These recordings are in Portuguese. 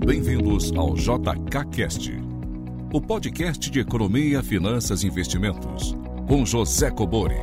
Bem-vindos ao JKCast, o podcast de economia, finanças e investimentos, com José Cobori.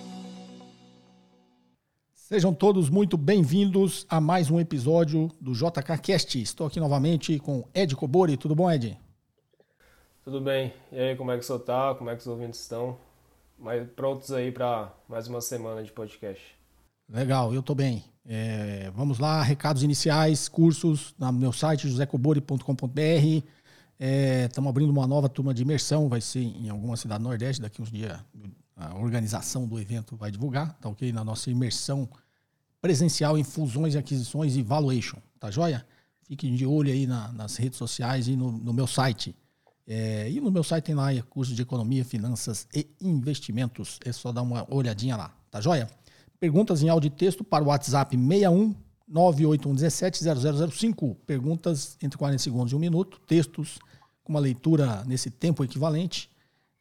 Sejam todos muito bem-vindos a mais um episódio do JKCast. Estou aqui novamente com Ed Cobori. Tudo bom, Ed? Tudo bem. E aí, como é que o senhor tá? Como é que os ouvintes estão? Prontos aí para mais uma semana de podcast? Legal, eu estou bem. Vamos lá, recados iniciais, cursos no meu site, josecobori.com.br. Estamos abrindo uma nova turma de imersão, vai ser em alguma cidade do Nordeste, daqui uns dias a organização do evento vai divulgar, tá ok? Na nossa imersão presencial em fusões, aquisições e valuation, tá joia? Fiquem de olho aí nas redes sociais e no meu site. E no meu site tem lá curso de economia, finanças e investimentos. É só dar uma olhadinha lá, tá joia? Perguntas em áudio e texto para o WhatsApp 61 98117 0005. Perguntas entre 40 segundos e 1 minuto. Textos com uma leitura nesse tempo equivalente.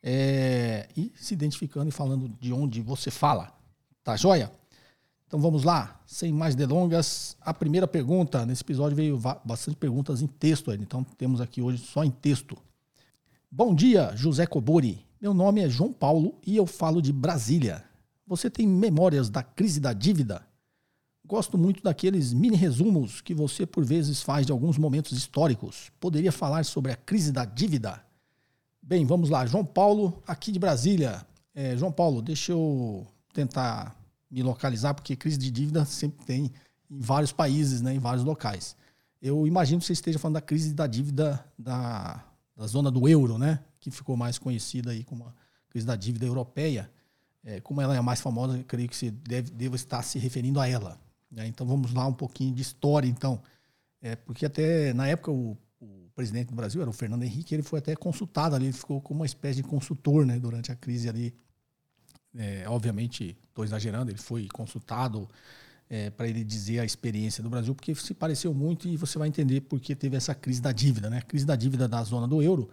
E se identificando e falando de onde você fala. Tá joia? Então vamos lá. Sem mais delongas. A primeira pergunta. Nesse episódio veio bastante perguntas em texto. Então temos aqui hoje só em texto. Bom dia, José Cobori. Meu nome é João Paulo e eu falo de Brasília. Você tem memórias da crise da dívida? Gosto muito daqueles mini resumos que você por vezes faz de alguns momentos históricos. Poderia falar sobre a crise da dívida? Bem, vamos lá. João Paulo, aqui de Brasília. João Paulo, deixa eu tentar me localizar, porque crise de dívida sempre tem em vários países, né, em vários locais. Eu imagino que você esteja falando da crise da dívida da zona do euro, né, que ficou mais conhecida aí como a crise da dívida europeia. Como ela é a mais famosa, eu creio que você deva estar se referindo a ela. Então vamos lá um pouquinho de história, então. Porque até na época o presidente do Brasil era o Fernando Henrique, ele foi até consultado ali, ele ficou como uma espécie de consultor, né, durante a crise ali. Obviamente, estou exagerando, ele foi consultado para ele dizer a experiência do Brasil, porque se pareceu muito e você vai entender por que teve essa crise da dívida, né? A crise da dívida da zona do euro.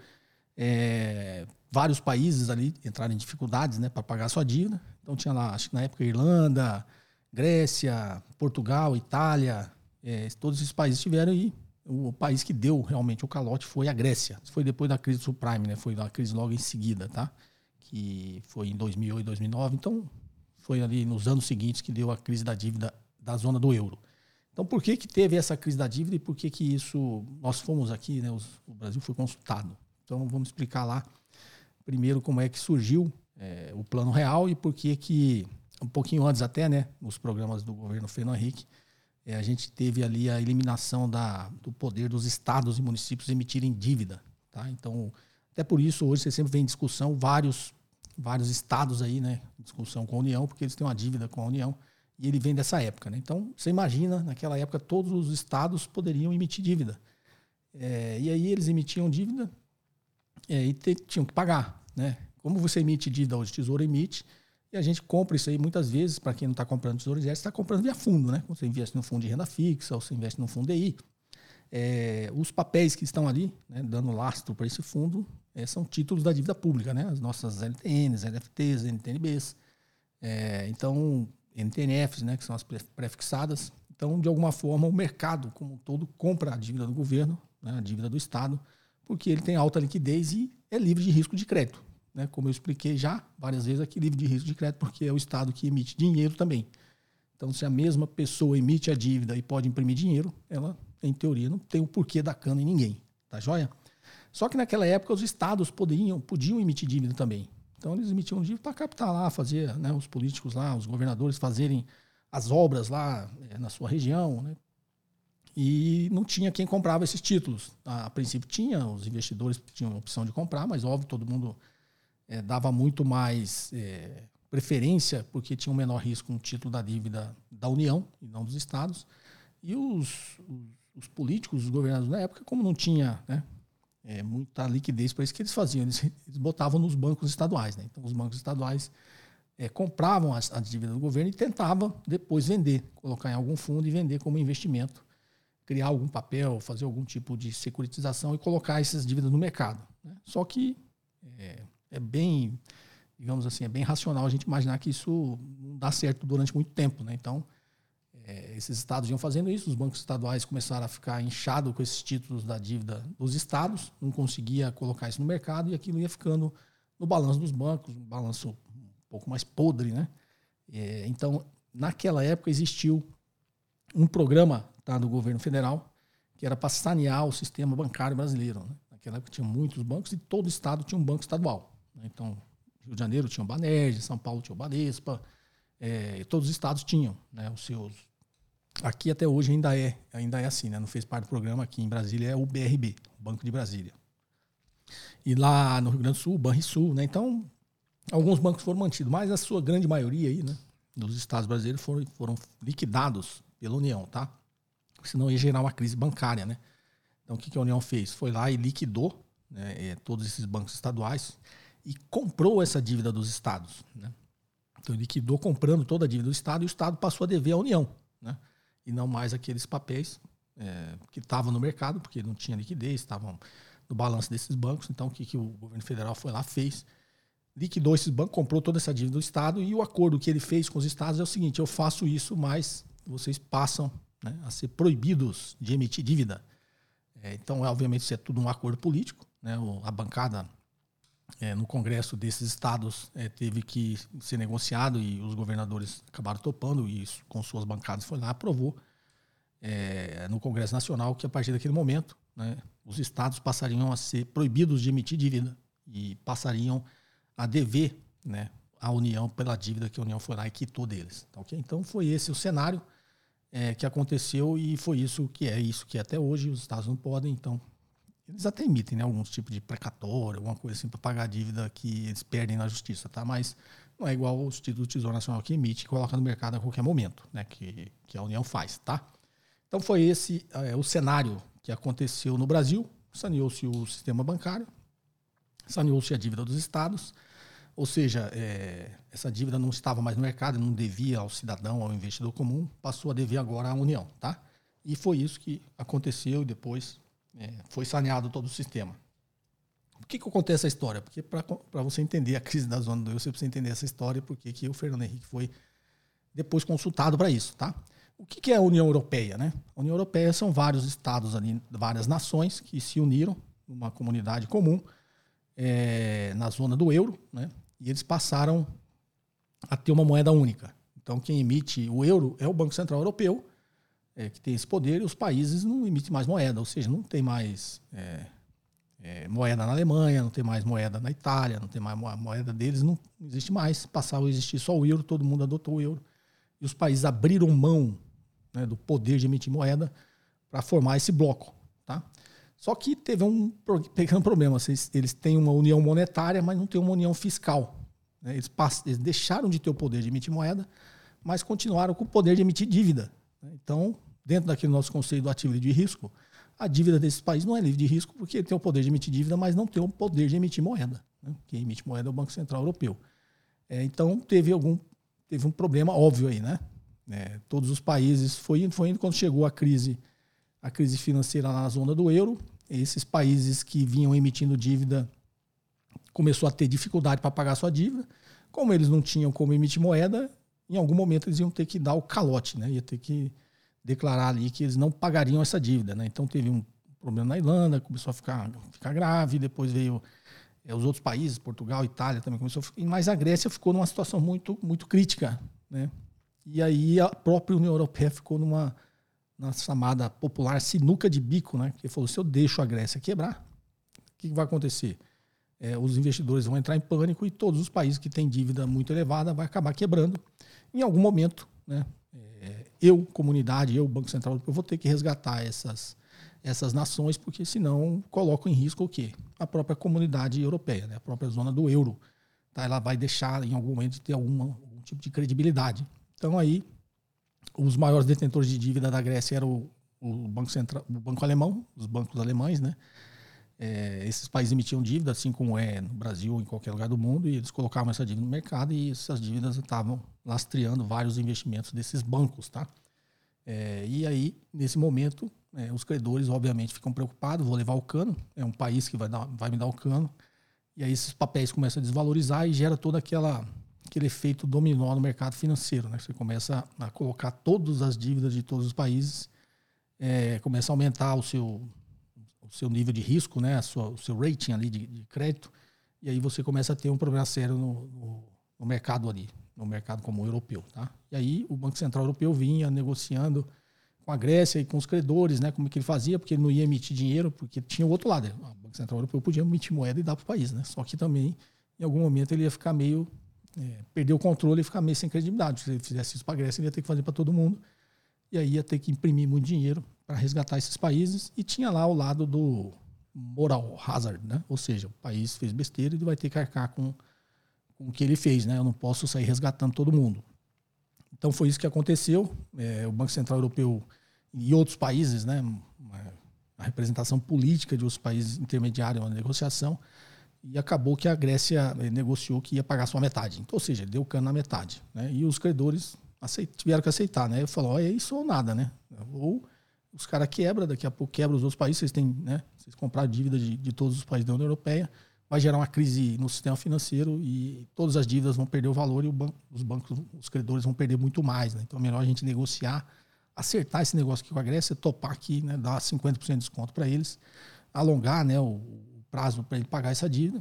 Vários países ali entraram em dificuldades, né, para pagar a sua dívida. Então tinha lá, acho que na época, Irlanda, Grécia, Portugal, Itália, todos esses países tiveram, e o país que deu realmente o calote foi a Grécia. Isso foi depois da crise subprime, né? Foi a crise logo em seguida, tá? Que foi em 2008, 2009. Então foi ali nos anos seguintes que deu a crise da dívida da zona do euro. Então por que teve essa crise da dívida e por que isso nós fomos aqui, né? O Brasil foi consultado. Então vamos explicar lá primeiro como é que surgiu o Plano Real e por que um pouquinho antes até, né, nos programas do governo Fernando Henrique, a gente teve ali a eliminação do poder dos estados e municípios emitirem dívida. Tá? Então, até por isso, hoje você sempre vê em discussão vários estados aí, né, em discussão com a União, porque eles têm uma dívida com a União e ele vem dessa época. Né? Então, você imagina, naquela época, todos os estados poderiam emitir dívida. E aí eles emitiam dívida e tinham que pagar, né? Como você emite dívida hoje, o Tesouro emite, e a gente compra isso aí muitas vezes, para quem não está comprando Tesouro Direto, você está comprando via fundo, né? Você investe no fundo de renda fixa, ou você investe no fundo DI. Os papéis que estão ali, né, dando lastro para esse fundo, são títulos da dívida pública, né? As nossas LTNs, LFTs, NTNBs, então NTNFs, né, que são as prefixadas. Então, de alguma forma, o mercado como um todo compra a dívida do governo, né, a dívida do Estado, porque ele tem alta liquidez e é livre de risco de crédito. Né? Como eu expliquei já várias vezes aqui, livre de risco de crédito, porque é o Estado que emite dinheiro também. Então, se a mesma pessoa emite a dívida e pode imprimir dinheiro, ela, em teoria, não tem o porquê dar cana em ninguém. Tá joia? Só que naquela época os Estados podiam emitir dívida também. Então, eles emitiam dívida para captar lá, fazer, né, os políticos lá, os governadores fazerem as obras lá na sua região, né? E não tinha quem comprava esses títulos. A princípio tinha, os investidores tinham a opção de comprar, mas óbvio, todo mundo dava muito mais preferência, porque tinha um menor risco no título da dívida da União e não dos estados. E os políticos, os governadores na época, como não tinha, né, muita liquidez para isso, que eles faziam? Eles botavam nos bancos estaduais. Né? Então os bancos estaduais compravam a dívida do governo e tentavam depois vender, colocar em algum fundo e vender como investimento, criar algum papel, fazer algum tipo de securitização e colocar essas dívidas no mercado. Né? Só que é bem, digamos assim, é bem racional a gente imaginar que isso não dá certo durante muito tempo. Né? Então, Esses estados iam fazendo isso, os bancos estaduais começaram a ficar inchados com esses títulos da dívida dos estados, não conseguia colocar isso no mercado e aquilo ia ficando no balanço dos bancos, um balanço um pouco mais podre, né? Então, naquela época existiu um programa, tá, do governo federal que era para sanear o sistema bancário brasileiro, né? Naquela época tinha muitos bancos e todo estado tinha um banco estadual, né? Então, Rio de Janeiro tinha o Banerj, São Paulo tinha o Banespa, todos os estados tinham, né, os seus. Aqui até hoje ainda é assim, né? Não fez parte do programa. Aqui em Brasília é o BRB, o Banco de Brasília. E lá no Rio Grande do Sul, o Banrisul, né? Então, alguns bancos foram mantidos, mas a sua grande maioria aí, né, dos estados brasileiros foram liquidados pela União, tá? Senão ia gerar uma crise bancária, né? Então, o que a União fez? Foi lá e liquidou, né, todos esses bancos estaduais e comprou essa dívida dos estados, né? Então, liquidou comprando toda a dívida do estado e o estado passou a dever à União, né? E não mais aqueles papéis que estavam no mercado, porque não tinha liquidez, estavam no balanço desses bancos. Então, o que o governo federal foi lá, fez, liquidou esses bancos, comprou toda essa dívida do estado e o acordo que ele fez com os estados é o seguinte: eu faço isso, mas vocês passam, né, a ser proibidos de emitir dívida. Então, obviamente, isso é tudo um acordo político, né? A bancada no Congresso desses estados teve que ser negociado e os governadores acabaram topando e isso, com suas bancadas, foi lá, aprovou no Congresso Nacional que a partir daquele momento, né, os estados passariam a ser proibidos de emitir dívida e passariam a dever, né, à União pela dívida que a União foi lá e quitou deles. Tá, okay? Então foi esse o cenário que aconteceu e foi isso que é até hoje. Os estados não podem, então eles até emitem, né, alguns tipos de precatório, alguma coisa assim para pagar a dívida que eles perdem na justiça, tá? Mas não é igual os títulos do Tesouro Nacional que emite e coloca no mercado a qualquer momento, né, que a União faz, tá? Então foi esse o cenário que aconteceu no Brasil. Saneou-se o sistema bancário, saneou-se a dívida dos estados, ou seja, essa dívida não estava mais no mercado, não devia ao cidadão, ao investidor comum, passou a dever agora à União, tá? E foi isso que aconteceu e depois foi saneado todo o sistema. Por que eu contei essa história? Porque para você entender a crise da zona do euro, você precisa entender essa história, porque que o Fernando Henrique foi depois consultado para isso, tá? O que é a União Europeia, né? A União Europeia são vários estados ali, várias nações que se uniram numa comunidade comum na zona do euro, né? E eles passaram a ter uma moeda única. Então, quem emite o euro é o Banco Central Europeu, que tem esse poder, e os países não emitem mais moeda, ou seja, não tem mais moeda na Alemanha, não tem mais moeda na Itália, não tem mais moeda deles, não existe mais. Passava a existir só o euro, todo mundo adotou o euro. E os países abriram mão, né, do poder de emitir moeda para formar esse bloco, tá? Só que teve um pequeno problema. Eles têm uma união monetária, mas não têm uma união fiscal, né? Eles deixaram de ter o poder de emitir moeda, mas continuaram com o poder de emitir dívida, né? Então, dentro daquele nosso conceito do ativo livre de risco, a dívida desses países não é livre de risco porque tem o poder de emitir dívida, mas não tem o poder de emitir moeda, né? Quem emite moeda é o Banco Central Europeu. Então, teve um problema óbvio aí, né? Todos os países, foi indo quando chegou a crise financeira lá na zona do euro, esses países que vinham emitindo dívida começou a ter dificuldade para pagar sua dívida. Como eles não tinham como emitir moeda, em algum momento eles iam ter que dar o calote, né? Ia ter que declarar ali que eles não pagariam essa dívida, né? Então teve um problema na Irlanda, começou a ficar grave, depois veio os outros países, Portugal, Itália também começou a ficar, mas a Grécia ficou numa situação muito, muito crítica, né? E aí a própria União Europeia ficou na chamada popular sinuca de bico, né? Que falou: se eu deixo a Grécia quebrar, o que vai acontecer? Os investidores vão entrar em pânico e todos os países que têm dívida muito elevada vai acabar quebrando. Em algum momento, né? Comunidade, Banco Central, eu vou ter que resgatar essas nações, porque senão coloco em risco o quê? A própria comunidade europeia, né? A própria zona do euro. Tá? Ela vai deixar em algum momento de ter algum tipo de credibilidade. Então aí, os maiores detentores de dívida da Grécia eram o Banco Central, o Banco Alemão, os bancos alemães, né? Esses países emitiam dívida, assim como no Brasil ou em qualquer lugar do mundo, e eles colocavam essa dívida no mercado e essas dívidas estavam lastreando vários investimentos desses bancos, tá? E aí, nesse momento, os credores, obviamente, ficam preocupados: vou levar o cano, é um país que vai me dar o cano, e aí esses papéis começam a desvalorizar e gera todo aquele aquele efeito dominó no mercado financeiro, né? Você começa a colocar todas as dívidas de todos os países, começa a aumentar o seu nível de risco, né? O seu rating ali de crédito, e aí você começa a ter um problema sério no mercado ali, no mercado comum europeu, tá? E aí o Banco Central Europeu vinha negociando com a Grécia e com os credores, né? Como é que ele fazia, porque ele não ia emitir dinheiro, porque tinha o outro lado. O Banco Central Europeu podia emitir moeda e dar para o país, né? Só que também, em algum momento, ele ia ficar meio... perder o controle e ficar meio sem credibilidade. Se ele fizesse isso para a Grécia, ele ia ter que fazer para todo mundo. E aí ia ter que imprimir muito dinheiro para resgatar esses países. E tinha lá o lado do moral hazard, né? Ou seja, o país fez besteira e ele vai ter que arcar com o que ele fez, né? Eu não posso sair resgatando todo mundo. Então foi isso que aconteceu. O Banco Central Europeu e outros países, né? A representação política de outros países intermediários na negociação, e acabou que a Grécia negociou que ia pagar só a metade. Então, ou seja, ele deu o cano na metade, né? E os credores tiveram que aceitar, né? Ele falou, é isso ou nada, né? Ou os caras quebram, daqui a pouco quebra os outros países, vocês têm, né? Vocês compraram dívida de todos os países da União Europeia, vai gerar uma crise no sistema financeiro e todas as dívidas vão perder o valor e os bancos, os credores vão perder muito mais, né? Então é melhor a gente negociar, acertar esse negócio aqui com a Grécia, topar aqui, né? Dar 50% de desconto para eles, alongar, né? O prazo para ele pagar essa dívida.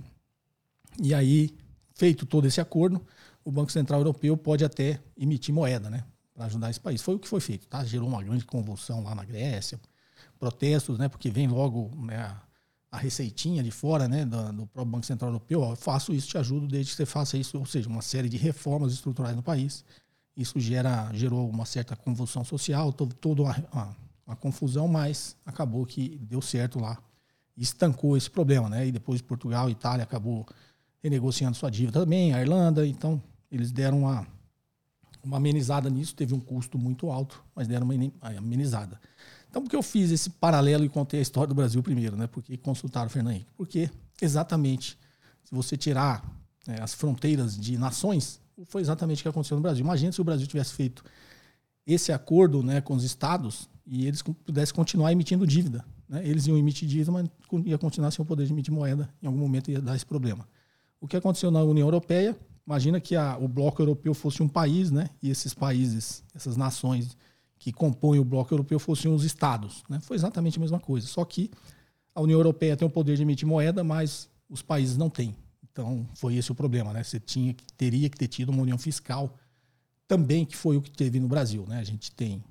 E aí, feito todo esse acordo, o Banco Central Europeu pode até emitir moeda, né? Para ajudar esse país. Foi o que foi feito, tá? Gerou uma grande convulsão lá na Grécia, protestos, né? Porque vem logo, né, a receitinha de fora, né, do próprio Banco Central Europeu, ó, eu faço isso, te ajudo desde que você faça isso, ou seja, uma série de reformas estruturais no país. Isso gerou uma certa convulsão social, toda uma confusão, mas acabou que deu certo lá. Estancou esse problema, né? E depois Portugal e Itália acabou renegociando sua dívida também, a Irlanda, então eles deram uma amenizada nisso, teve um custo muito alto, mas deram uma amenizada. Então, por que eu fiz esse paralelo e contei a história do Brasil primeiro, né? Porque consultaram o Fernando Henrique? Porque, exatamente, se você tirar as fronteiras de nações, foi exatamente o que aconteceu no Brasil. Imagina se o Brasil tivesse feito esse acordo, né, com os estados e eles pudessem continuar emitindo dívida, né? Eles iam emitir dívida, mas ia continuar sem o poder de emitir moeda. Em algum momento ia dar esse problema. O que aconteceu na União Europeia, imagina que o bloco europeu fosse um país, né? E esses países, essas nações que compõem o bloco europeu fossem os estados, né? Foi exatamente a mesma coisa, só que a União Europeia tem o poder de emitir moeda, mas os países não têm. Então foi esse o problema, né? Você teria que ter tido uma união fiscal também, que foi o que teve no Brasil, né? A gente tem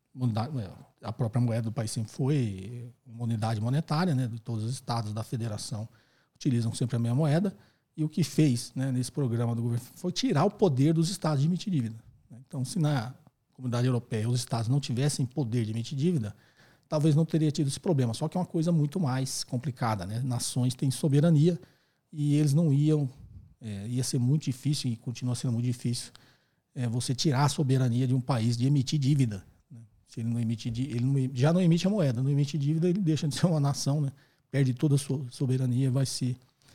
a própria moeda do país sempre foi uma unidade monetária, né? De todos os estados da federação utilizam sempre a mesma moeda, e o que fez, né, nesse programa do governo foi tirar o poder dos estados de emitir dívida. Então, se na Comunidade Europeia os estados não tivessem poder de emitir dívida, talvez não teria tido esse problema. Só que é uma coisa muito mais complicada, né? Nações têm soberania e eles não iam... ia ser muito difícil, e continua sendo muito difícil, você tirar a soberania de um país de emitir dívida, né? Se ele não emitir, já não emite a moeda, não emite dívida, ele deixa de ser uma nação, né? Perde toda a sua soberania, vai ser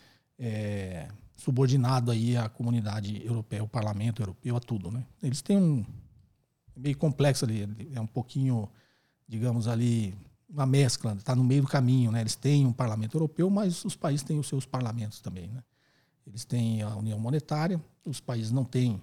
subordinado aí à comunidade europeia, ao parlamento europeu, a tudo, né? Eles têm meio complexo ali, é um pouquinho, digamos ali, uma mescla, está no meio do caminho, né? Eles têm um parlamento europeu, mas os países têm os seus parlamentos também, né? Eles têm a união monetária, os países não têm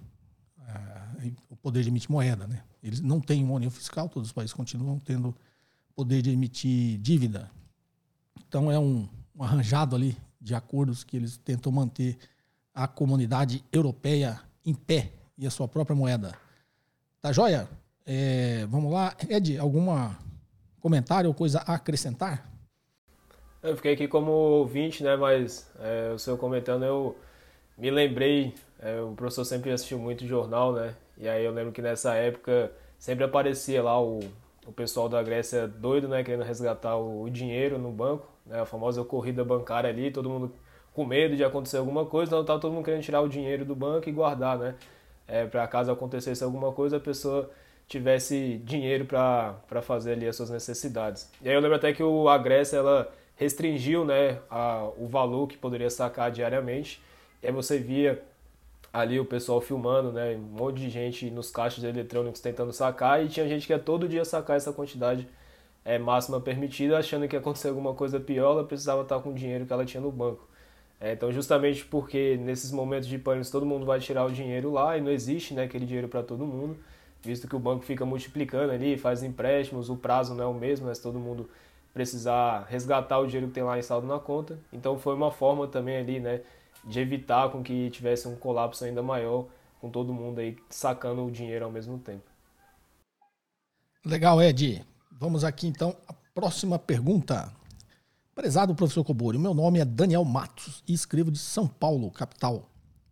o poder de emitir moeda, né? Eles não têm uma união fiscal, todos os países continuam tendo poder de emitir dívida. Então é um arranjado ali de acordos que eles tentam manter a comunidade europeia em pé e a sua própria moeda. Tá joia? Vamos lá. Ed, algum comentário ou coisa a acrescentar? Eu fiquei aqui como ouvinte, né? Mas o senhor comentando, eu me lembrei, o professor sempre assistiu muito jornal, né? E aí eu lembro que nessa época sempre aparecia lá o pessoal da Grécia doido, né? Querendo resgatar o dinheiro no banco, né? A famosa corrida bancária ali, todo mundo com medo de acontecer alguma coisa, então tá todo mundo querendo tirar o dinheiro do banco e guardar, né? Para caso acontecesse alguma coisa, a pessoa tivesse dinheiro para fazer ali as suas necessidades. E aí eu lembro até que a Grécia, ela restringiu, né, o valor que poderia sacar diariamente. E aí você via ali o pessoal filmando, né, um monte de gente nos caixas eletrônicos tentando sacar, e tinha gente que ia todo dia sacar essa quantidade máxima permitida, achando que ia acontecer alguma coisa pior, ela precisava estar com o dinheiro que ela tinha no banco. Então, justamente porque nesses momentos de pânico todo mundo vai tirar o dinheiro lá e não existe, né, aquele dinheiro para todo mundo, visto que o banco fica multiplicando ali, faz empréstimos, o prazo não é o mesmo, né, se todo mundo precisar resgatar o dinheiro que tem lá em saldo na conta. Então, foi uma forma também ali, né, de evitar com que tivesse um colapso ainda maior, com todo mundo aí sacando o dinheiro ao mesmo tempo. Legal, Ed. Vamos aqui então à próxima pergunta. Prezado professor Cobori, meu nome é Daniel Matos e escrevo de São Paulo, capital.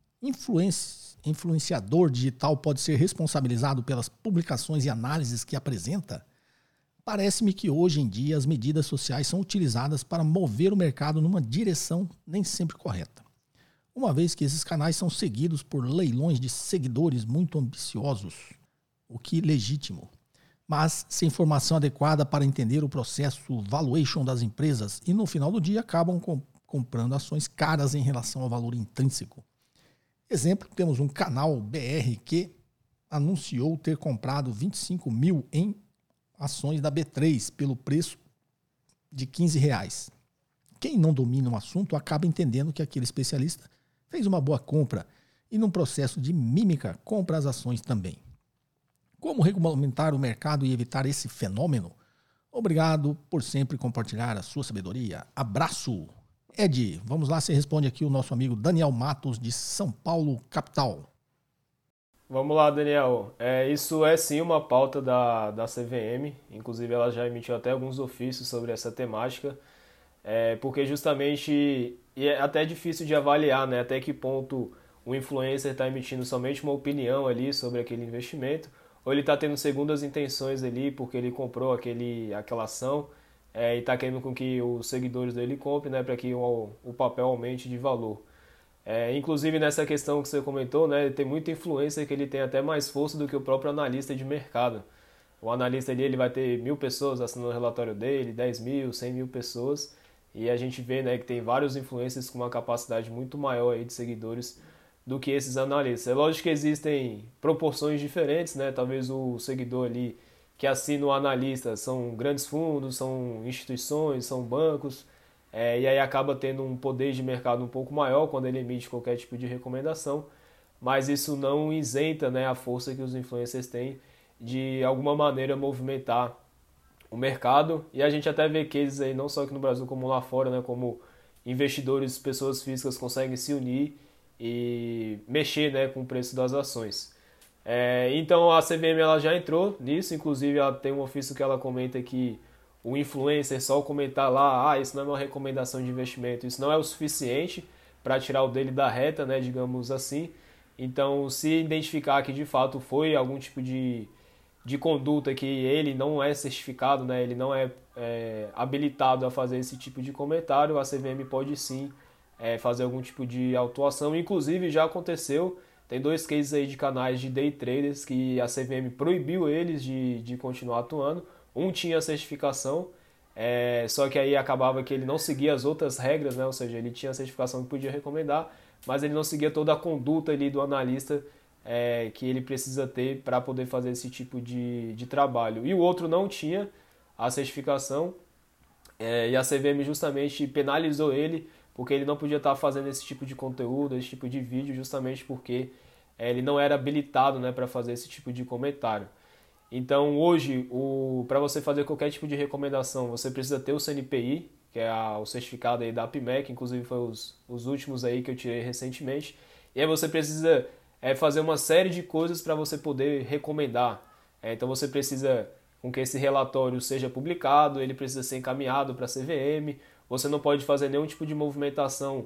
Influenciador digital pode ser responsabilizado pelas publicações e análises que apresenta? Parece-me que hoje em dia as medidas sociais são utilizadas para mover o mercado numa direção nem sempre correta. Uma vez que esses canais são seguidos por leilões de seguidores muito ambiciosos, o que é legítimo, mas sem informação adequada para entender o processo valuation das empresas e no final do dia acabam comprando ações caras em relação ao valor intrínseco. Exemplo, temos um canal BR que anunciou ter comprado 25 mil em ações da B3 pelo preço de R$15. Quem não domina o assunto acaba entendendo que aquele especialista fez uma boa compra e num processo de mímica compra as ações também. Como regulamentar o mercado e evitar esse fenômeno? Obrigado por sempre compartilhar a sua sabedoria. Abraço! Ed, vamos lá, você responde aqui o nosso amigo Daniel Matos, de São Paulo, capital. Vamos lá, Daniel. Isso é sim uma pauta da CVM, inclusive ela já emitiu até alguns ofícios sobre essa temática, porque justamente é até difícil de avaliar, né, até que ponto o influencer está emitindo somente uma opinião ali sobre aquele investimento, ou ele está tendo segundas intenções ali porque ele comprou aquela ação e está querendo com que os seguidores dele comprem, né, para que o papel aumente de valor. Inclusive nessa questão que você comentou, né, tem muita influência que ele tem até mais força do que o próprio analista de mercado. O analista ali, ele vai ter 1.000 pessoas assinando o relatório dele, 10 mil, 100 mil pessoas, e a gente vê, né, que tem vários influencers com uma capacidade muito maior aí de seguidores do que esses analistas. É lógico que existem proporções diferentes, né? Talvez o seguidor ali que assina o analista são grandes fundos, são instituições, são bancos, e aí acaba tendo um poder de mercado um pouco maior quando ele emite qualquer tipo de recomendação, mas isso não isenta, né, a força que os influencers têm de alguma maneira movimentar o mercado, e a gente até vê cases aí, não só aqui no Brasil como lá fora, né, como investidores, pessoas físicas conseguem se unir e mexer, né, com o preço das ações. Então a CVM ela já entrou nisso, inclusive ela tem um ofício que ela comenta que o influencer só comentar lá, isso não é uma recomendação de investimento, isso não é o suficiente para tirar o dele da reta, né, digamos assim. Então, se identificar que de fato foi algum tipo de conduta que ele não é certificado, né, ele não é habilitado a fazer esse tipo de comentário, a CVM pode sim fazer algum tipo de autuação. Inclusive já aconteceu, tem 2 cases aí de canais de day traders que a CVM proibiu eles de continuar atuando. Um tinha certificação, só que aí acabava que ele não seguia as outras regras, né? Ou seja, ele tinha a certificação que podia recomendar, mas ele não seguia toda a conduta ali do analista que ele precisa ter para poder fazer esse tipo de trabalho. E o outro não tinha a certificação, e a CVM justamente penalizou ele porque ele não podia estar fazendo esse tipo de conteúdo, esse tipo de vídeo, justamente porque ele não era habilitado, né, para fazer esse tipo de comentário. Então hoje, para você fazer qualquer tipo de recomendação, você precisa ter o CNPI, que é o certificado aí da APMEC, inclusive foi os últimos aí que eu tirei recentemente. E aí você precisa fazer uma série de coisas para você poder recomendar. Então você precisa com que esse relatório seja publicado, ele precisa ser encaminhado para a CVM, você não pode fazer nenhum tipo de movimentação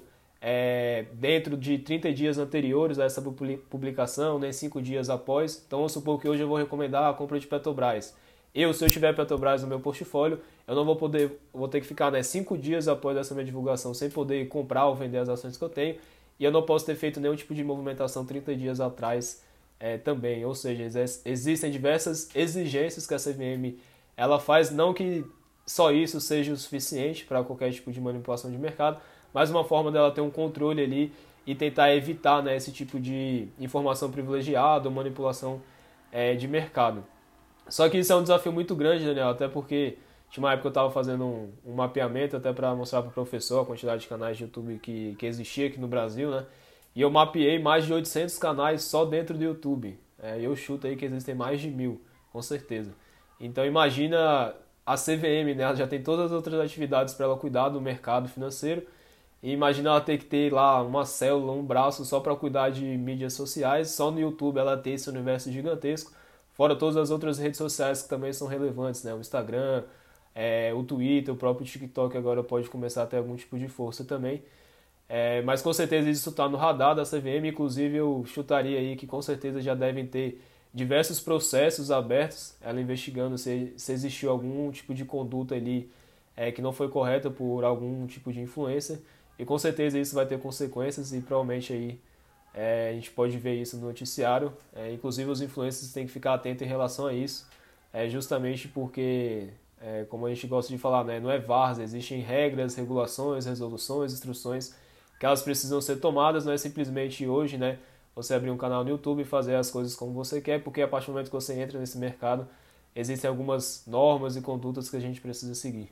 dentro de 30 dias anteriores a essa publicação, nem 5 dias após. Então, vamos supor que hoje eu vou recomendar a compra de Petrobras. Se eu tiver Petrobras no meu portfólio, eu não vou ter que ficar 5 dias após essa minha divulgação sem poder comprar ou vender as ações que eu tenho, e eu não posso ter feito nenhum tipo de movimentação 30 dias atrás também. Ou seja, existem diversas exigências que a CVM ela faz, não que só isso seja o suficiente para qualquer tipo de manipulação de mercado, mas uma forma dela ter um controle ali e tentar evitar, né, esse tipo de informação privilegiada ou manipulação de mercado. Só que isso é um desafio muito grande, Daniel, até porque Tinha uma época que eu estava fazendo um mapeamento até para mostrar para o professor a quantidade de canais de YouTube que existia aqui no Brasil, né? E eu mapeei mais de 800 canais só dentro do YouTube. Eu chuto aí que existem mais de 1.000, com certeza. Então imagina a CVM, né? Ela já tem todas as outras atividades para ela cuidar do mercado financeiro. E imagina ela ter que ter lá uma célula, um braço só para cuidar de mídias sociais. Só no YouTube ela tem esse universo gigantesco. Fora todas as outras redes sociais que também são relevantes, né? O Instagram, o Twitter, o próprio TikTok agora pode começar a ter algum tipo de força também. Mas com certeza isso está no radar da CVM, inclusive eu chutaria aí que com certeza já devem ter diversos processos abertos, ela investigando se existiu algum tipo de conduta ali que não foi correta por algum tipo de influência, e com certeza isso vai ter consequências e provavelmente aí a gente pode ver isso no noticiário, inclusive os influencers têm que ficar atentos em relação a isso, justamente porque, como a gente gosta de falar, né, não é várzea, existem regras, regulações, resoluções, instruções que elas precisam ser tomadas, não é simplesmente hoje, né, você abrir um canal no YouTube e fazer as coisas como você quer, porque a partir do momento que você entra nesse mercado, existem algumas normas e condutas que a gente precisa seguir.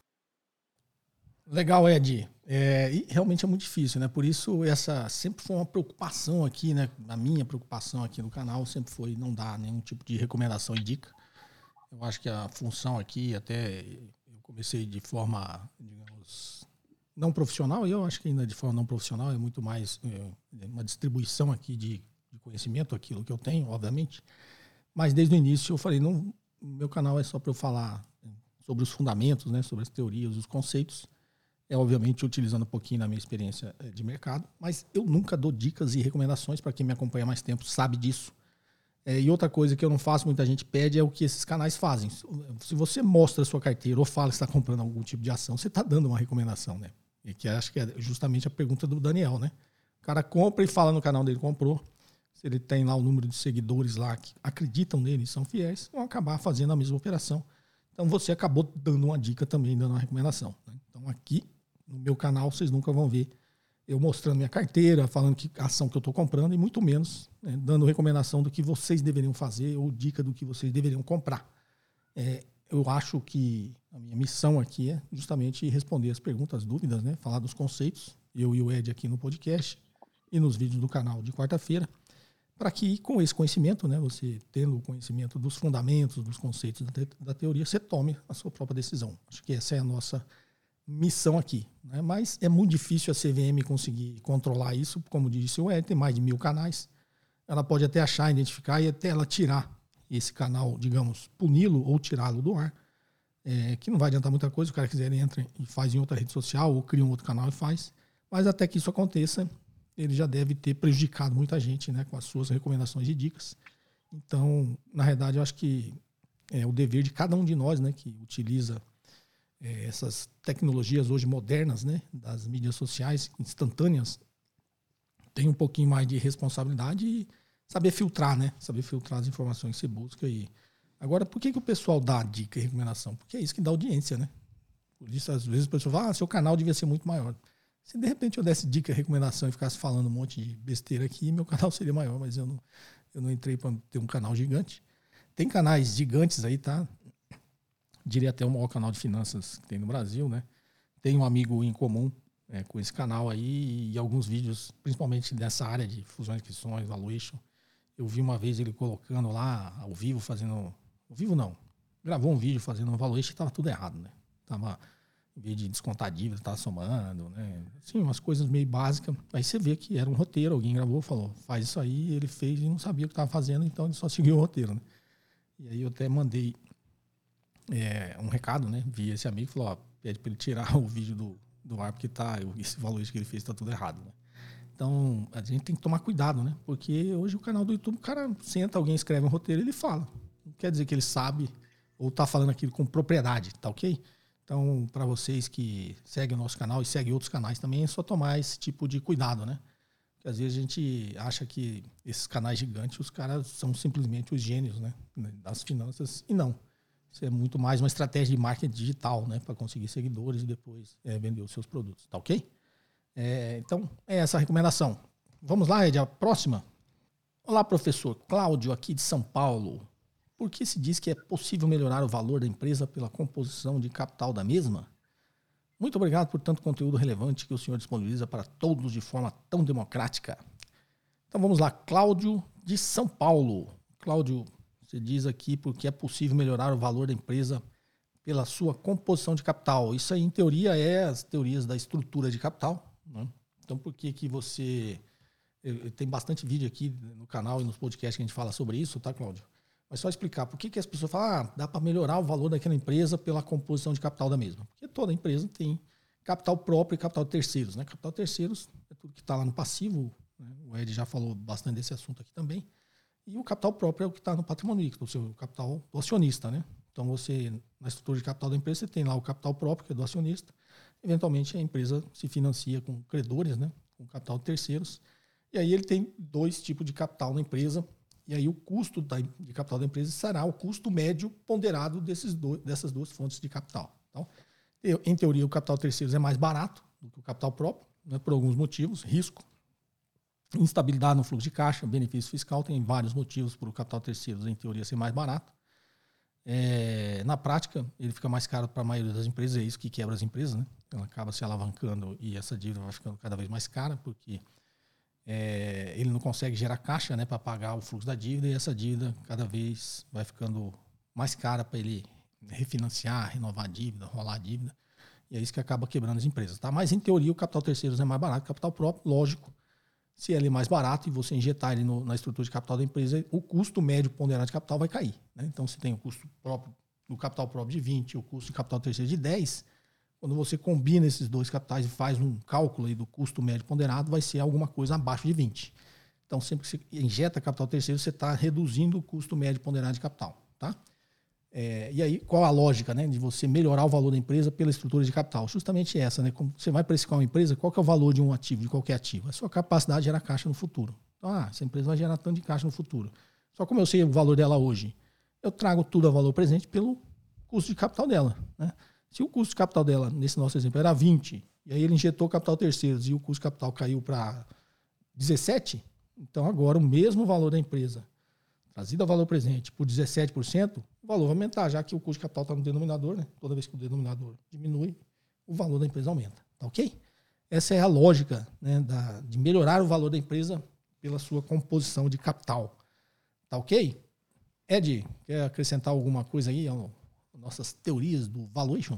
Legal, Ed. E realmente é muito difícil, né? Por isso, essa sempre foi uma preocupação aqui, né? A minha preocupação aqui no canal sempre foi não dar nenhum tipo de recomendação e dica. Eu acho que a função aqui, até eu comecei de forma, digamos, não profissional, e eu acho que ainda de forma não profissional é muito mais uma distribuição aqui de conhecimento, aquilo que eu tenho, obviamente. Mas desde o início eu falei, não, meu canal é só para eu falar sobre os fundamentos, né, sobre as teorias, os conceitos. Obviamente utilizando um pouquinho da minha experiência de mercado, mas eu nunca dou dicas e recomendações. Para quem me acompanha há mais tempo sabe disso. E outra coisa que eu não faço, muita gente pede, é o que esses canais fazem. Se você mostra a sua carteira ou fala que está comprando algum tipo de ação, você está dando uma recomendação, né? E que acho que é justamente a pergunta do Daniel, né? O cara compra e fala no canal dele, comprou. Se ele tem lá o número de seguidores lá que acreditam nele e são fiéis, vão acabar fazendo a mesma operação. Então você acabou dando uma dica também, dando uma recomendação, né? Então aqui no meu canal vocês nunca vão ver eu mostrando minha carteira, falando que ação que eu estou comprando, e muito menos, né, dando recomendação do que vocês deveriam fazer ou dica do que vocês deveriam comprar. Eu acho que a minha missão aqui é justamente responder as perguntas, as dúvidas, né, falar dos conceitos, eu e o Ed aqui no podcast e nos vídeos do canal de quarta-feira, para que com esse conhecimento, né, você tendo o conhecimento dos fundamentos, dos conceitos da teoria, você tome a sua própria decisão. Acho que essa é a nossa missão aqui, né? Mas é muito difícil a CVM conseguir controlar isso, como disse o Ed, tem mais de 1.000 canais. Ela pode até achar, identificar e até ela tirar esse canal, digamos, puni-lo ou tirá-lo do ar, que não vai adiantar muita coisa. Se o cara quiser, ele entra e faz em outra rede social ou cria um outro canal e faz. Mas até que isso aconteça, ele já deve ter prejudicado muita gente, né, com as suas recomendações e dicas. Então, na realidade, eu acho que é o dever de cada um de nós, né, que utiliza essas tecnologias hoje modernas, né, das mídias sociais instantâneas, tem um pouquinho mais de responsabilidade e saber filtrar, né, saber filtrar as informações que você busca. Agora, por que o pessoal dá dica e recomendação? Porque é isso que dá audiência, né? Por isso, às vezes, o pessoal fala, seu canal devia ser muito maior. Se de repente eu desse dica e recomendação e ficasse falando um monte de besteira aqui, meu canal seria maior, mas eu não entrei para ter um canal gigante. Tem canais gigantes aí, tá? Diria até o maior canal de finanças que tem no Brasil, né? Tem um amigo em comum com esse canal aí, e alguns vídeos, principalmente dessa área de fusões e aquisições, valuation. Eu vi uma vez ele colocando lá ao vivo, fazendo... Ao vivo não. Gravou um vídeo fazendo um valuation e estava tudo errado, né? Tava, em vez de descontar dívida, estava somando, né? Assim, umas coisas meio básicas. Aí você vê que era um roteiro, alguém gravou, falou, faz isso aí, ele fez e não sabia o que estava fazendo, então ele só seguiu o roteiro, né? E aí eu até mandei um recado, né, via esse amigo, falou, pede para ele tirar o vídeo do ar, porque esse valor que ele fez está tudo errado, né? Então, a gente tem que tomar cuidado, né? Porque hoje o canal do YouTube, o cara senta, alguém escreve um roteiro e ele fala. Não quer dizer que ele sabe ou está falando aquilo com propriedade, tá ok? Então, para vocês que seguem o nosso canal e seguem outros canais também, é só tomar esse tipo de cuidado, né? Porque às vezes a gente acha que esses canais gigantes, os caras são simplesmente os gênios, né, das finanças, e não. Isso é muito mais uma estratégia de marketing digital, né, para conseguir seguidores e depois vender os seus produtos, tá ok? Então, é essa a recomendação. Vamos lá, Ed, a próxima. Olá, professor Cláudio, aqui de São Paulo. por que se diz que é possível melhorar o valor da empresa pela composição de capital da mesma? Muito obrigado por tanto conteúdo relevante que o senhor disponibiliza para todos de forma tão democrática. Então vamos lá, Cláudio de São Paulo. Cláudio, você diz aqui porque é possível melhorar o valor da empresa pela sua composição de capital. Isso aí, em teoria, é as teorias da estrutura de capital, né? Então, por que que você... Tem bastante vídeo aqui no canal e nos podcasts que a gente fala sobre isso, tá, Cláudio? Mas só explicar por que que as pessoas falam dá para melhorar o valor daquela empresa pela composição de capital da mesma. Porque toda empresa tem capital próprio e capital de terceiros, né? Capital de terceiros é tudo que está lá no passivo, né? O Ed já falou bastante desse assunto aqui também. E o capital próprio é o que está no patrimônio líquido, o seu capital do acionista, né? Então, você, na estrutura de capital da empresa, você tem lá o capital próprio, que é do acionista. Eventualmente, a empresa se financia com credores, né? Com capital de terceiros. E aí, ele tem dois tipos de capital na empresa. E aí, o custo de capital da empresa será o custo médio ponderado dessas duas fontes de capital. Então, em teoria, o capital de terceiros é mais barato do que o capital próprio, né? Por alguns motivos. Risco, instabilidade no fluxo de caixa, benefício fiscal. Tem vários motivos para o capital de terceiros, em teoria, ser mais barato. Na prática, ele fica mais caro para a maioria das empresas, é isso que quebra as empresas, né? Ela acaba se alavancando e essa dívida vai ficando cada vez mais cara, porque ele não consegue gerar caixa, né, para pagar o fluxo da dívida, e essa dívida cada vez vai ficando mais cara para ele refinanciar, renovar a dívida, rolar a dívida, e é isso que acaba quebrando as empresas, tá? Mas, em teoria, o capital terceiros é mais barato que o capital próprio, lógico. Se ele é mais barato e você injetar ele na estrutura de capital da empresa, o custo médio ponderado de capital vai cair, né? Então, se tem o custo próprio do capital próprio de 20 e o custo de capital terceiro de 10, quando você combina esses dois capitais e faz um cálculo aí do custo médio ponderado, vai ser alguma coisa abaixo de 20. Então, sempre que você injeta capital terceiro, você está reduzindo o custo médio ponderado de capital, tá? E aí, qual a lógica, né, de você melhorar o valor da empresa pela estrutura de capital? Justamente essa, né? Como você vai precificar uma empresa, qual que é o valor de um ativo, de qualquer ativo? É a sua capacidade de gerar caixa no futuro. Então, essa empresa vai gerar tanto de caixa no futuro. Só como eu sei o valor dela hoje, eu trago tudo a valor presente pelo custo de capital dela, né? Se o custo de capital dela, nesse nosso exemplo, era 20, e aí ele injetou capital terceiros e o custo de capital caiu para 17, então agora o mesmo valor da empresa, trazido a valor presente por 17%, o valor vai aumentar, já que o custo de capital está no denominador, né? Toda vez que o denominador diminui, o valor da empresa aumenta. Tá ok? Essa é a lógica, né, de melhorar o valor da empresa pela sua composição de capital. Tá ok? Ed, quer acrescentar alguma coisa aí às nossas teorias do valuation?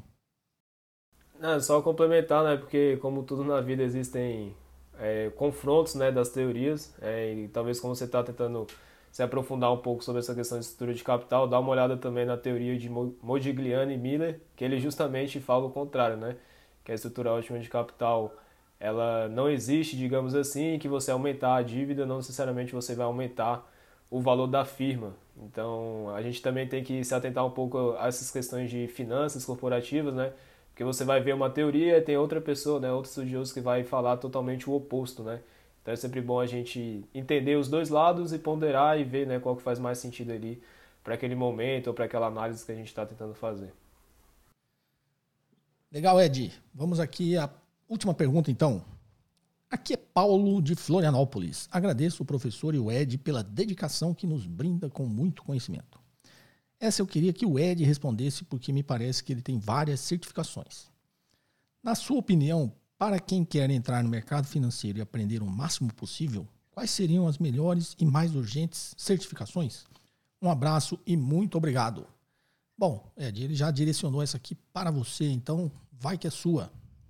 Não, só complementar, né? Porque como tudo na vida existem confrontos, né, das teorias, e talvez como você está tentando se aprofundar um pouco sobre essa questão de estrutura de capital, dá uma olhada também na teoria de Modigliani e Miller, que ele justamente fala o contrário, né? Que a estrutura ótima de capital, ela não existe, digamos assim, que você aumentar a dívida, não necessariamente você vai aumentar o valor da firma. Então, a gente também tem que se atentar um pouco a essas questões de finanças corporativas, né? Porque você vai ver uma teoria e tem outra pessoa, né, outro estudioso que vai falar totalmente o oposto, né? Então é sempre bom a gente entender os dois lados e ponderar e ver, né, qual que faz mais sentido ali para aquele momento ou para aquela análise que a gente está tentando fazer. Legal, Ed. Vamos aqui à última pergunta, então. Aqui é Paulo de Florianópolis. Agradeço o professor e o Ed pela dedicação que nos brinda com muito conhecimento. Essa eu queria que o Ed respondesse porque me parece que ele tem várias certificações. Na sua opinião, para quem quer entrar no mercado financeiro e aprender o máximo possível, quais seriam as melhores e mais urgentes certificações? Um abraço e muito obrigado. Bom, Ed, ele já direcionou essa aqui para você, então vai que é sua.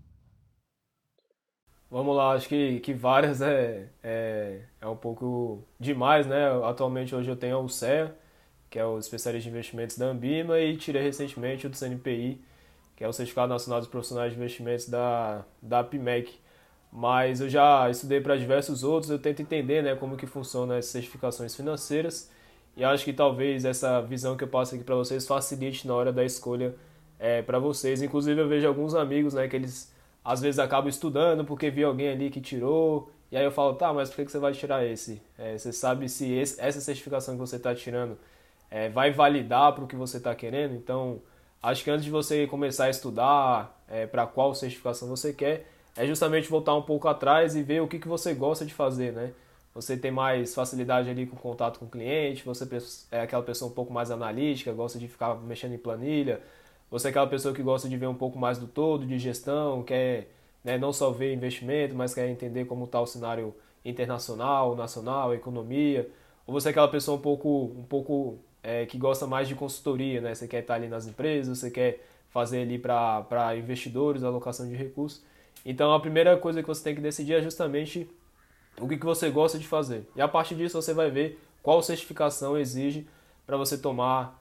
Vamos lá, acho que várias é um pouco demais, né? Atualmente hoje eu tenho a UCEA, que é o especialista de investimentos da Ambima, e tirei recentemente o do CNPI, que é o Certificado Nacional dos Profissionais de Investimentos da APMEC. Mas eu já estudei para diversos outros, eu tento entender, né, como que funcionam as certificações financeiras, e acho que talvez essa visão que eu passo aqui para vocês facilite na hora da escolha para vocês. Inclusive eu vejo alguns amigos, né, que eles às vezes acabam estudando porque viu alguém ali que tirou, e aí eu falo, tá, mas por que você vai tirar esse? Você sabe se essa certificação que você está tirando vai validar para o que você está querendo? Então, acho que antes de você começar a estudar para qual certificação você quer, é justamente voltar um pouco atrás e ver o que você gosta de fazer, né? você tem mais facilidade ali com contato com o cliente, você é aquela pessoa um pouco mais analítica, gosta de ficar mexendo em planilha, você é aquela pessoa que gosta de ver um pouco mais do todo, de gestão, quer, né, não só ver investimento, mas quer entender como está o cenário internacional, nacional, economia, ou você é aquela pessoa um pouco que gosta mais de consultoria, né? Você quer estar ali nas empresas, você quer fazer ali para investidores, alocação de recursos. Então a primeira coisa que você tem que decidir é justamente o que você gosta de fazer. E a partir disso você vai ver qual certificação exige para você tomar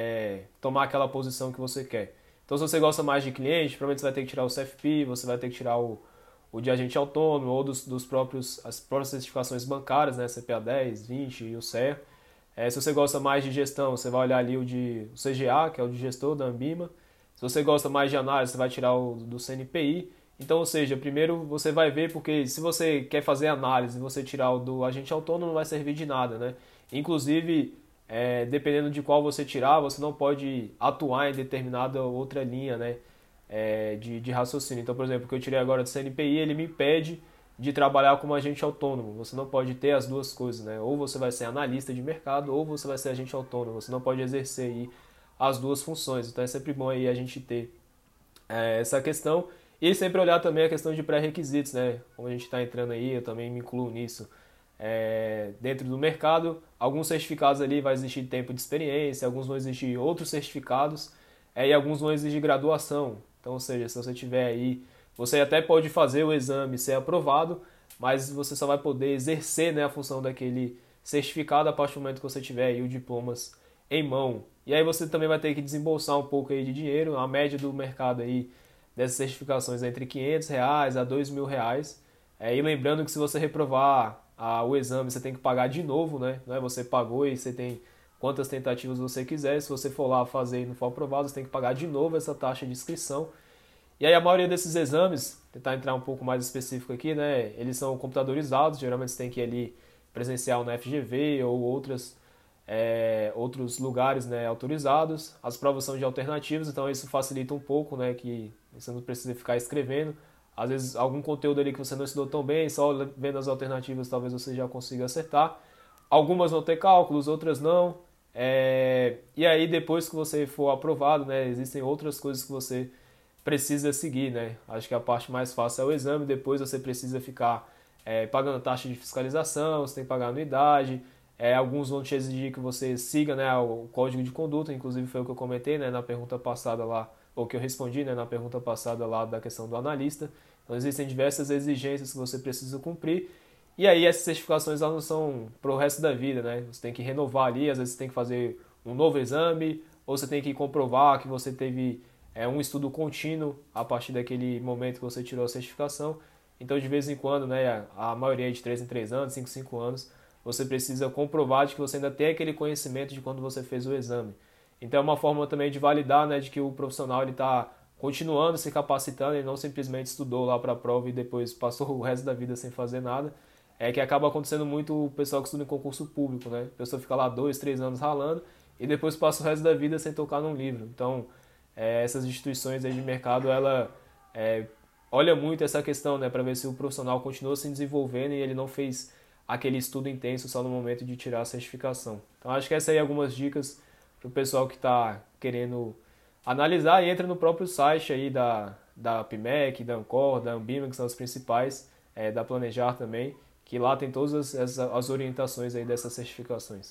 aquela posição que você quer. Então se você gosta mais de cliente, provavelmente você vai ter que tirar o CFP, você vai ter que tirar o de agente autônomo ou as próprias certificações bancárias, né, CPA 10, 20 e o CER. Se você gosta mais de gestão, você vai olhar ali o CGA, que é o de gestor da Ambima. Se você gosta mais de análise, você vai tirar o do CNPI. Então, ou seja, primeiro você vai ver, porque se você quer fazer análise e você tirar o do agente autônomo, não vai servir de nada, né? Inclusive, dependendo de qual você tirar, você não pode atuar em determinada outra linha, né, de raciocínio. Então, por exemplo, o que eu tirei agora do CNPI, ele me impede de trabalhar como agente autônomo. Você não pode ter as duas coisas, né? Ou você vai ser analista de mercado, ou você vai ser agente autônomo. Você não pode exercer aí as duas funções. Então é sempre bom aí a gente ter essa questão. E sempre olhar também a questão de pré-requisitos, né? Como a gente está entrando aí, eu também me incluo nisso. Dentro do mercado, alguns certificados ali vai exigir tempo de experiência, alguns vão exigir outros certificados, e alguns vão exigir graduação. Então, ou seja, se você tiver aí, você até pode fazer o exame e ser aprovado, mas você só vai poder exercer, né, a função daquele certificado a partir do momento que você tiver aí os diplomas em mão. E aí você também vai ter que desembolsar um pouco aí de dinheiro. A média do mercado aí dessas certificações é entre R$500 a R$2.000. E lembrando que se você reprovar o exame, você tem que pagar de novo, né? Não é você pagou e você tem quantas tentativas você quiser. Se você for lá fazer e não for aprovado, você tem que pagar de novo essa taxa de inscrição. E aí a maioria desses exames, tentar entrar um pouco mais específico aqui, né? Eles são computadorizados, geralmente você tem que ir ali presencial na FGV ou outros lugares, né, autorizados. As provas são de alternativas, então isso facilita um pouco, né, que você não precisa ficar escrevendo. Às vezes algum conteúdo ali que você não estudou tão bem, só vendo as alternativas talvez você já consiga acertar. Algumas vão ter cálculos, outras não. E aí depois que você for aprovado, né, existem outras coisas que você precisa seguir, né? Acho que a parte mais fácil é o exame, depois você precisa ficar pagando taxa de fiscalização, você tem que pagar anuidade. Alguns vão te exigir que você siga, né, o código de conduta, inclusive foi o que eu comentei, né, na pergunta passada lá, ou que eu respondi, né, na pergunta passada lá da questão do analista. Então existem diversas exigências que você precisa cumprir. E aí essas certificações elas não são para o resto da vida, né? Você tem que renovar ali, às vezes você tem que fazer um novo exame, ou você tem que comprovar que você teve um estudo contínuo a partir daquele momento que você tirou a certificação. Então, de vez em quando, né, a maioria é de 3 em 3 anos, 5 em 5 anos, você precisa comprovar de que você ainda tem aquele conhecimento de quando você fez o exame. Então, é uma forma também de validar, né, de que o profissional está continuando se capacitando e não simplesmente estudou lá para a prova e depois passou o resto da vida sem fazer nada. Que acaba acontecendo muito o pessoal que estuda em concurso público, né? A pessoa fica lá 2, 3 anos ralando e depois passa o resto da vida sem tocar num livro. Então, essas instituições aí de mercado, ela olha muito essa questão, né, para ver se o profissional continua se desenvolvendo e ele não fez aquele estudo intenso só no momento de tirar a certificação. Então, acho que essas aí algumas dicas para o pessoal que está querendo analisar e entra no próprio site aí da PMEC, da Ancor, da Ambima, que são as principais, da Planejar também, que lá tem todas as orientações aí dessas certificações.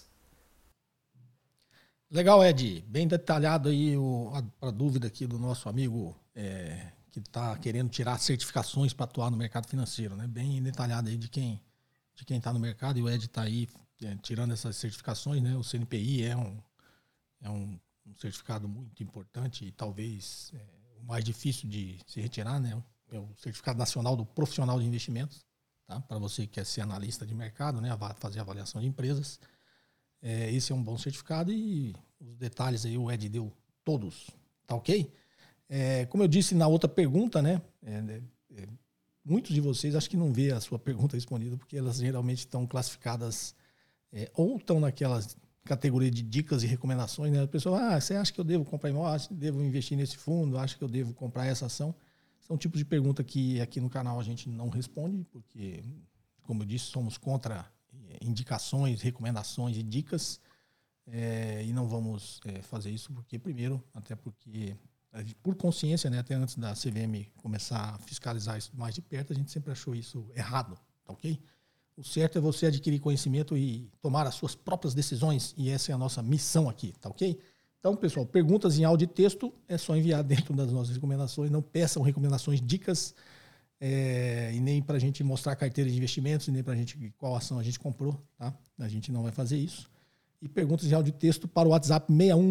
Legal, Ed. Bem detalhado aí a dúvida aqui do nosso amigo que está querendo tirar certificações para atuar no mercado financeiro, né? Bem detalhado aí de quem está no mercado, e o Ed está aí tirando essas certificações, né? O CNPI é um certificado muito importante e talvez o mais difícil de se retirar, né? É o Certificado Nacional do Profissional de Investimentos, tá? Para você que quer ser analista de mercado, né? Fazer avaliação de empresas. Esse é um bom certificado e os detalhes aí o Ed deu todos, tá ok? Como eu disse na outra pergunta, né? Muitos de vocês acho que não vê a sua pergunta respondida porque elas geralmente estão classificadas ou estão naquelas categoria de dicas e recomendações, né? A pessoa, você acha que eu devo comprar imóvel? Acha que devo investir nesse fundo? Acha que eu devo comprar essa ação? São tipos de pergunta que aqui no canal a gente não responde, porque, como eu disse, somos contra indicações, recomendações e dicas. E não vamos fazer isso porque, primeiro, até porque, por consciência, né, até antes da CVM começar a fiscalizar isso mais de perto, a gente sempre achou isso errado, tá ok? O certo é você adquirir conhecimento e tomar as suas próprias decisões, e essa é a nossa missão aqui, tá ok? Então, pessoal, perguntas em áudio e texto é só enviar dentro das nossas recomendações. Não peçam recomendações, dicas, e nem para a gente mostrar carteira de investimentos, e nem para a gente qual ação a gente comprou, tá? A gente não vai fazer isso. E perguntas em áudio e texto para o WhatsApp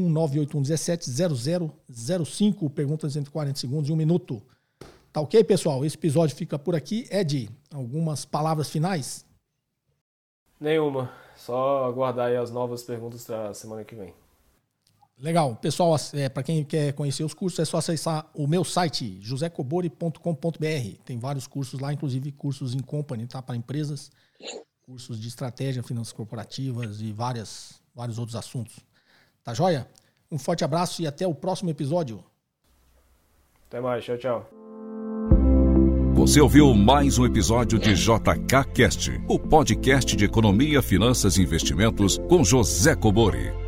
61981170005. Perguntas entre 40 segundos e 1 minuto. Tá ok, pessoal? Esse episódio fica por aqui. Ed, algumas palavras finais? Nenhuma. Só aguardar aí as novas perguntas para a semana que vem. Legal. Pessoal, para quem quer conhecer os cursos, é só acessar o meu site, josecobori.com.br. Tem vários cursos lá, inclusive cursos in company, tá? Para empresas, cursos de estratégia, finanças corporativas e vários outros assuntos. Tá joia? Um forte abraço e até o próximo episódio. Até mais. Tchau, tchau. Você ouviu mais um episódio de JK Cast, o podcast de economia, finanças e investimentos com José Cobori.